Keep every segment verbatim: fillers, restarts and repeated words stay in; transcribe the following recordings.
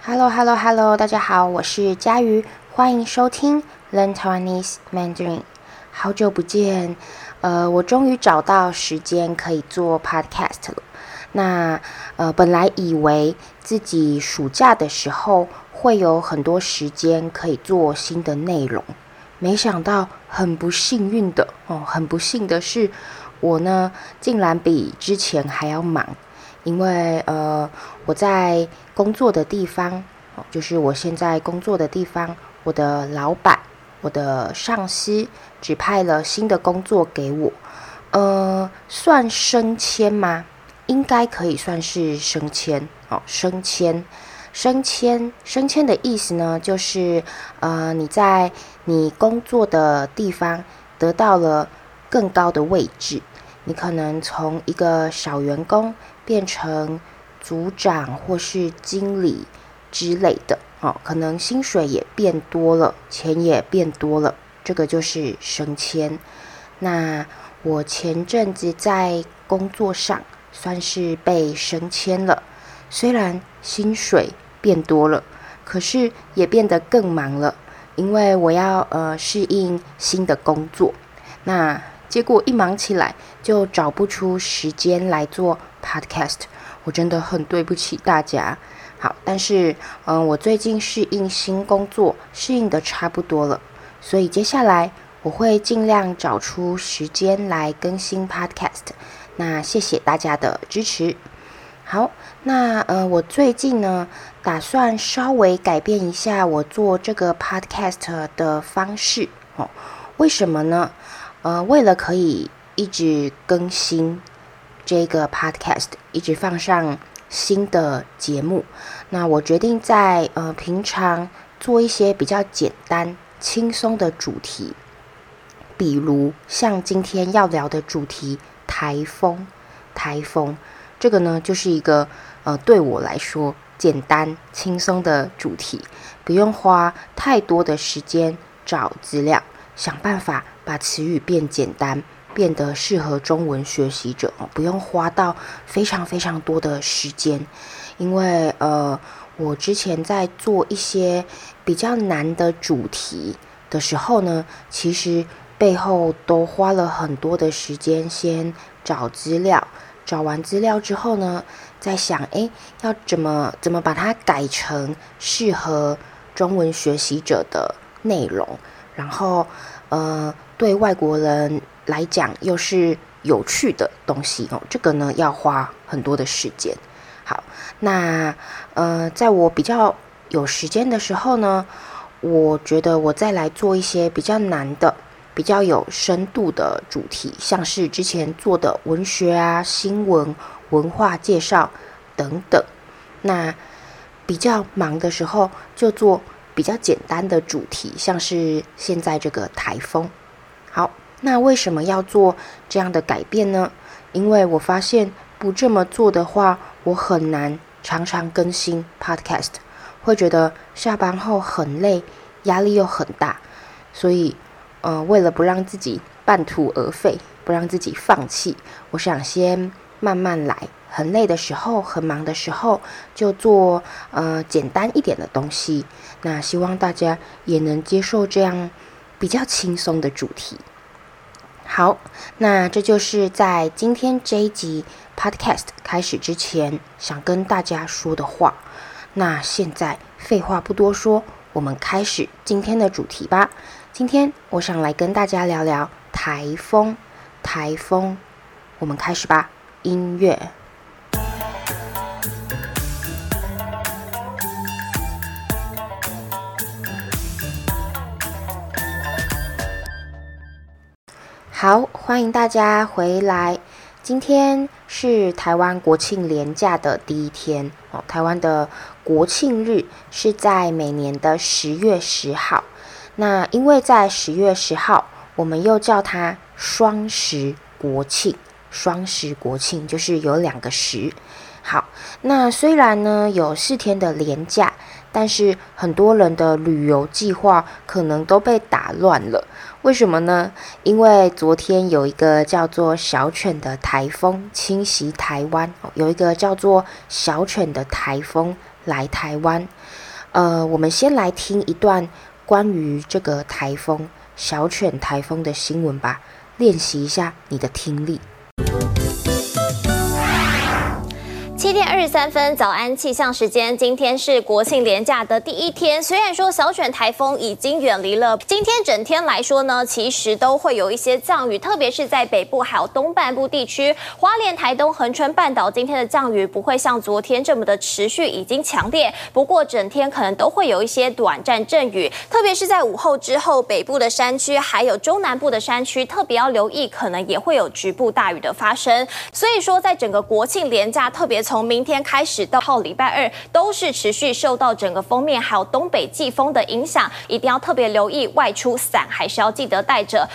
Hello Hello Hello， 大家好，我是佳瑜，欢迎收听 Learn Taiwanese Mandarin。好久不见，呃，我终于找到时间可以做 podcast 了。那呃，本来以为自己暑假的时候会有很多时间可以做新的内容，没想到很不幸运的哦，很不幸的是，我呢竟然比之前还要忙。因为呃，我在工作的地方，就是我现在工作的地方，我的老板、我的上司指派了新的工作给我，呃，算升迁吗？应该可以算是升迁哦，升迁。升迁，升迁的意思呢，就是呃，你在你工作的地方得到了更高的位置，你可能从一个小员工变成组长或是经理之类的，哦，可能薪水也变多了，钱也变多了，这个就是升迁。那我前阵子在工作上算是被升迁了，虽然薪水变多了，可是也变得更忙了，因为我要呃适应新的工作。那结果一忙起来，就找不出时间来做 podcast， 我真的很对不起大家。好，但是嗯、呃，我最近适应新工作，适应的差不多了，所以接下来我会尽量找出时间来更新 podcast。那谢谢大家的支持。好，那呃，我最近呢，打算稍微改变一下我做这个 podcast 的方式哦。为什么呢？呃，为了可以一直更新这个 podcast， 一直放上新的节目，那我决定在呃平常做一些比较简单、轻松的主题，比如像今天要聊的主题台风。台风这个呢，就是一个呃对我来说简单轻松的主题，不用花太多的时间找资料，想办法把词语变简单，变得适合中文学习者，不用花到非常非常多的时间。因为呃，我之前在做一些比较难的主题的时候呢，其实背后都花了很多的时间，先找资料，找完资料之后呢，再想，诶，要怎么怎么把它改成适合中文学习者的内容，然后呃，对外国人来讲又是有趣的东西哦，这个呢要花很多的时间。好，那呃，在我比较有时间的时候呢，我觉得我再来做一些比较难的、比较有深度的主题，像是之前做的文学啊、新闻、文化介绍等等。那比较忙的时候，就做比较简单的主题，像是现在这个台风。好，那为什么要做这样的改变呢？因为我发现不这么做的话，我很难常常更新 podcast， 会觉得下班后很累，压力又很大，所以呃，为了不让自己半途而废，不让自己放弃，我想先慢慢来，很累的时候，很忙的时候，就做呃简单一点的东西。那希望大家也能接受这样比较轻松的主题。好，那这就是在今天这一集 podcast 开始之前想跟大家说的话。那现在废话不多说，我们开始今天的主题吧。今天我想来跟大家聊聊台风。台风，我们开始吧。音乐。好，欢迎大家回来。今天是台湾国庆连假的第一天哦。台湾的国庆日是在每年的十月十号。那因为在十月十号，我们又叫它双十国庆。双十国庆就是有两个十。好，那虽然呢有四天的连假，但是很多人的旅游计划可能都被打乱了。为什么呢？因为昨天有一个叫做小犬的台风侵袭台湾，有一个叫做小犬的台风来台湾。呃，我们先来听一段关于这个台风小犬台风的新闻吧，练习一下你的听力。 七点二十三分，早安气象时间。今天是国庆连假的第一天，虽然说小犬台风已经远离了，今天整天来说呢，其实都会有一些降雨，特别是在北部还有东半部地区，花莲、台东、恒春半岛，今天的降雨不会像昨天这么的持续，已经强烈。不过整天可能都会有一些短暂阵雨，特别是在午后之后，北部的山区还有中南部的山区，特别要留意，可能也会有局部大雨的发生。所以说，在整个国庆连假，特别从明天开始到礼拜二，都是持续受到整个锋面还有东北季风的影响，一定要特别留意，外出伞还是要记得带着。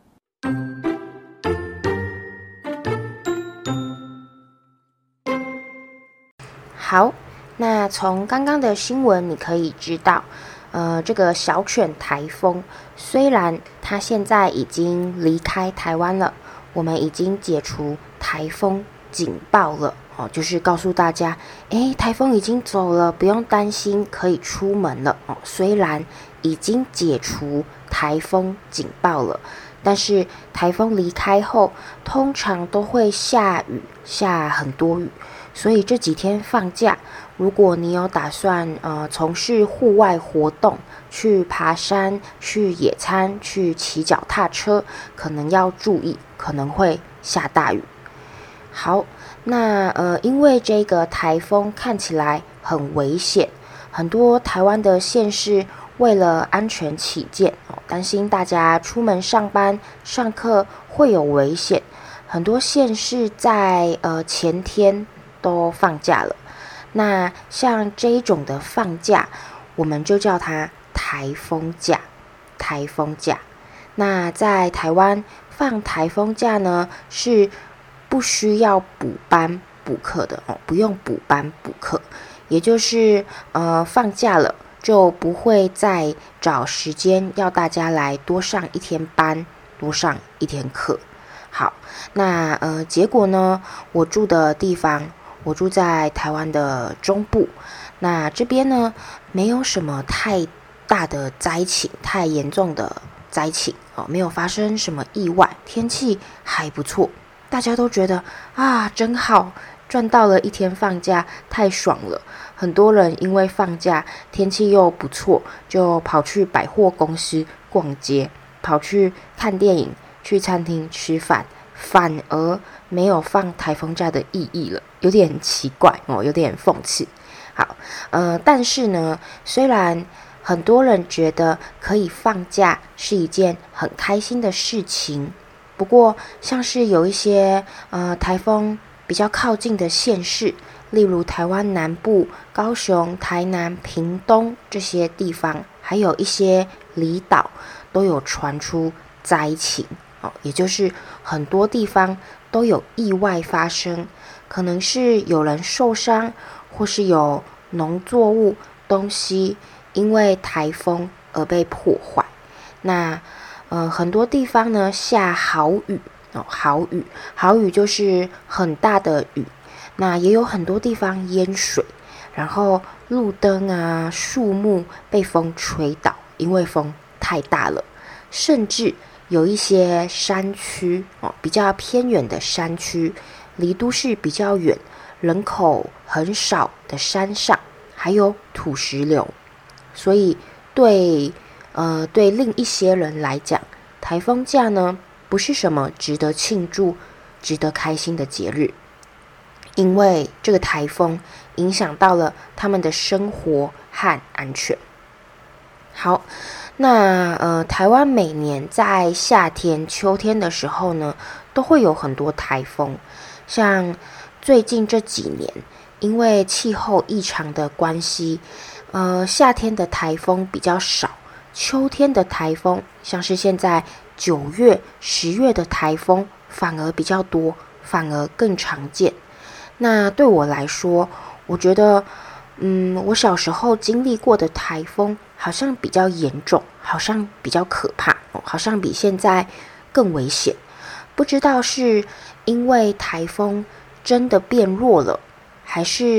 好，那从刚刚的新闻你可以知道，呃，这个小犬台风虽然它现在已经离开台湾了，我们已经解除台风警报了。哦，就是告诉大家，诶，台风已经走了，不用担心，可以出门了。哦，虽然已经解除台风警报了，但是台风离开后，通常都会下雨，下很多雨。所以这几天放假，如果你有打算呃从事户外活动，去爬山、去野餐、去骑脚踏车，可能要注意，可能会下大雨。好。那呃，因为这个台风看起来很危险，很多台湾的县市为了安全起见，哦，担心大家出门上班、上课会有危险，很多县市在呃前天都放假了。那像这一种的放假，我们就叫它台风假。台风假。那在台湾放台风假呢，是不需要补班补课的哦，不用补班补课，也就是呃放假了就不会再找时间要大家来多上一天班，多上一天课。好，那呃结果呢，我住的地方，我住在台湾的中部，那这边呢没有什么太大的灾情，太严重的灾情哦，没有发生什么意外，天气还不错。大家都觉得啊，真好，赚到了一天放假，太爽了。很多人因为放假，天气又不错，就跑去百货公司逛街，跑去看电影，去餐厅吃饭，反而没有放台风假的意义了，有点奇怪哦，有点讽刺。好，呃，但是呢，虽然很多人觉得可以放假是一件很开心的事情。不过，像是有一些呃台风比较靠近的县市，例如台湾南部、高雄、台南、屏东这些地方，还有一些离岛，都有传出灾情哦，也就是很多地方都有意外发生，可能是有人受伤，或是有农作物东西因为台风而被破坏。那呃，很多地方呢下豪雨哦，豪雨，豪雨就是很大的雨。那也有很多地方淹水，然后路灯啊、树木被风吹倒，因为风太大了。甚至有一些山区哦，比较偏远的山区，离都市比较远，人口很少的山上，还有土石流。所以对。呃，对另一些人来讲，台风假呢不是什么值得庆祝、值得开心的节日，因为这个台风影响到了他们的生活和安全。好，那呃，台湾每年在夏天、秋天的时候呢，都会有很多台风，像最近这几年，因为气候异常的关系，呃，夏天的台风比较少。秋天的台风，像是现在九月、十月的台风，反而比较多，反而更常见。那对我来说，我觉得，嗯，我小时候经历过的台风，好像比较严重，好像比较可怕，好像比现在更危险。不知道是因为台风真的变弱了，还是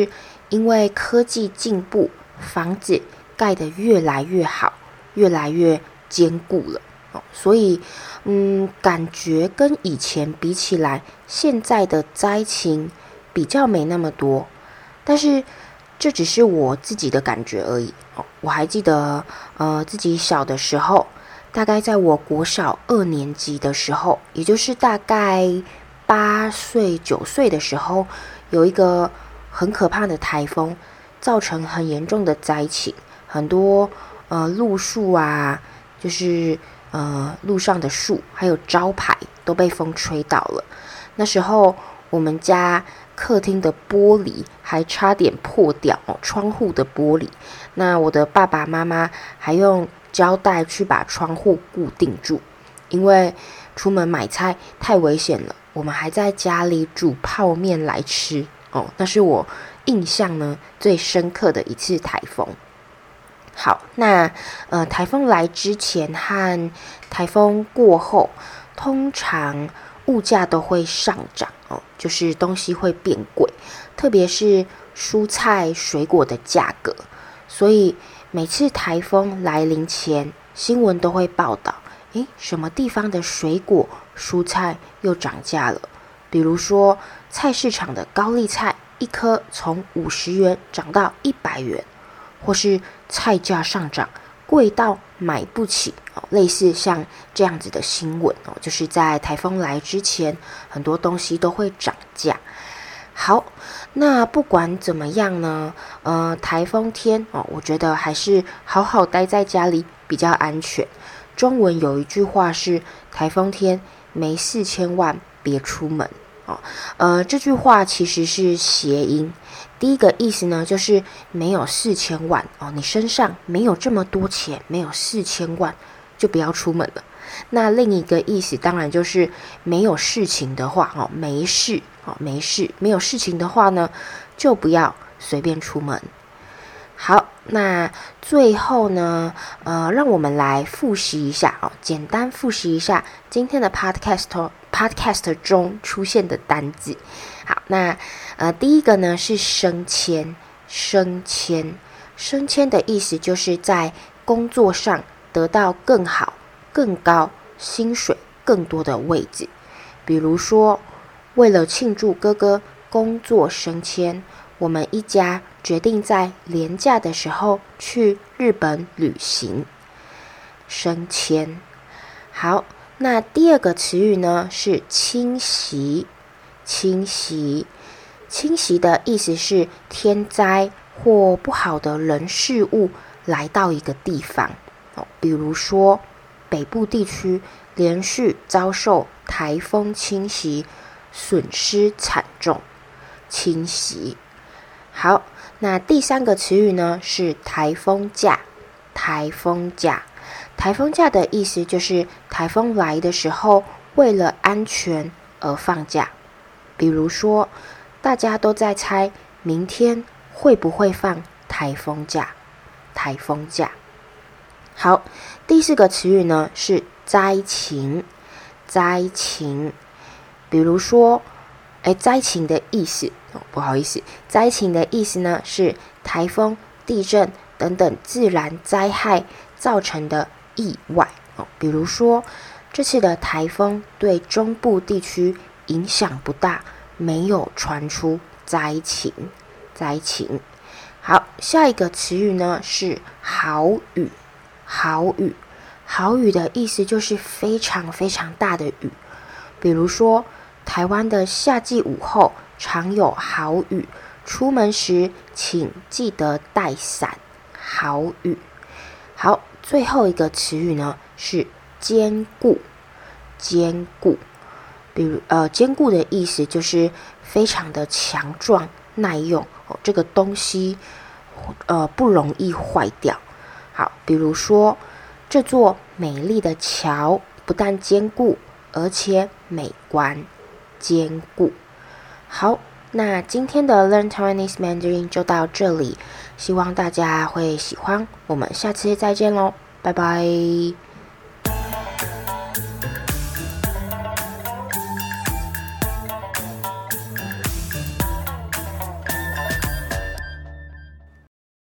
因为科技进步，房子盖得越来越好，越来越坚固了。所以，嗯，感觉跟以前比起来，现在的灾情比较没那么多。但是，这只是我自己的感觉而已。我还记得，呃，自己小的时候，大概在我国小二年级的时候，也就是大概八岁、九岁的时候，有一个很可怕的台风，造成很严重的灾情，很多呃路树啊，就是呃路上的树，还有招牌都被风吹倒了。那时候我们家客厅的玻璃还差点破掉哦，窗户的玻璃。那我的爸爸妈妈还用胶带去把窗户固定住，因为出门买菜太危险了。我们还在家里煮泡面来吃哦，那是我印象呢最深刻的一次台风。好，那呃台风来之前和台风过后，通常物价都会上涨哦，就是东西会变贵，特别是蔬菜水果的价格。所以每次台风来临前，新闻都会报道，诶，什么地方的水果蔬菜又涨价了？比如说菜市场的高丽菜一颗从五十元涨到一百元，或是菜价上涨贵到买不起、哦、类似像这样子的新闻、哦、就是在台风来之前，很多东西都会涨价。好，那不管怎么样呢，呃，台风天哦，我觉得还是好好待在家里比较安全。中文有一句话是台风天没四千万别出门哦，呃，这句话其实是谐音。第一个意思呢，就是没有四千万哦，你身上没有这么多钱，没有四千万就不要出门了。那另一个意思当然就是没有事情的话哦，没事哦，没事，没有事情的话呢，就不要随便出门。好，那最后呢，呃，让我们来复习一下哦，简单复习一下今天的 podcast podcast 中出现的单字。好，那呃，第一个呢是升迁，升迁，升迁的意思就是在工作上得到更好、更高、薪水更多的位置。比如说，为了庆祝哥哥工作升迁，我们一家决定在连假的时候去日本旅行。升迁。好，那第二个词语呢是侵袭。侵袭，侵袭的意思是天灾或不好的人事物来到一个地方、哦、比如说北部地区连续遭受台风侵袭，损失惨重。侵袭。好，那第三个词语呢是台风假。台风假，台风假的意思就是台风来的时候，为了安全而放假。比如说，大家都在猜明天会不会放台风假。台风假。好，第四个词语呢是灾情。灾情，比如说，哎，灾情的意思、哦、不好意思，灾情的意思呢是台风、地震等等自然灾害造成的意外、哦、比如说，这次的台风对中部地区影响不大，没有传出灾情。灾情。好，下一个词语呢是豪雨。豪雨，豪雨的意思就是非常非常大的雨。比如说，台湾的夏季午后常有豪雨，出门时请记得带伞。豪雨。好，最后一个词语呢是坚固。坚固，比如呃，坚固的意思就是非常的强壮耐用、哦、这个东西呃不容易坏掉。好，比如说这座美丽的桥不但坚固，而且美观。坚固。好，那今天的 Learn Taiwanese Mandarin 就到这里，希望大家会喜欢，我们下次再见咯，拜拜。